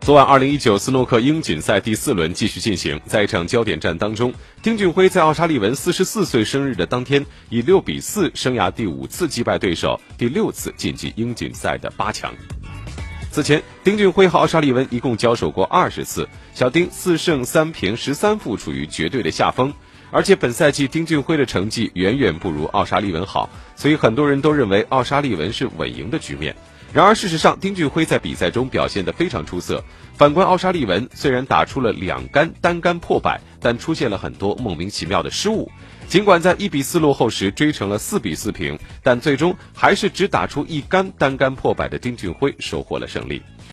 昨晚2019斯诺克英锦赛第4轮继续进行，在一场焦点战当中，丁俊晖在奥沙利文44岁生日的当天，以6比4生涯第5次击败对手，第6次晋级英锦赛的8强。此前，丁俊晖和奥沙利文一共交手过20次，小丁4胜3平13负，处于绝对的下风。而且本赛季丁俊晖的成绩远远不如奥沙利文好，所以很多人都认为奥沙利文是稳赢的局面。然而事实上，丁俊晖在比赛中表现得非常出色。反观奥沙利文，虽然打出了2杆单杆破百，但出现了很多莫名其妙的失误。尽管在1比4落后时追成了4比4平，但最终还是只打出1杆单杆破百的丁俊晖收获了胜利。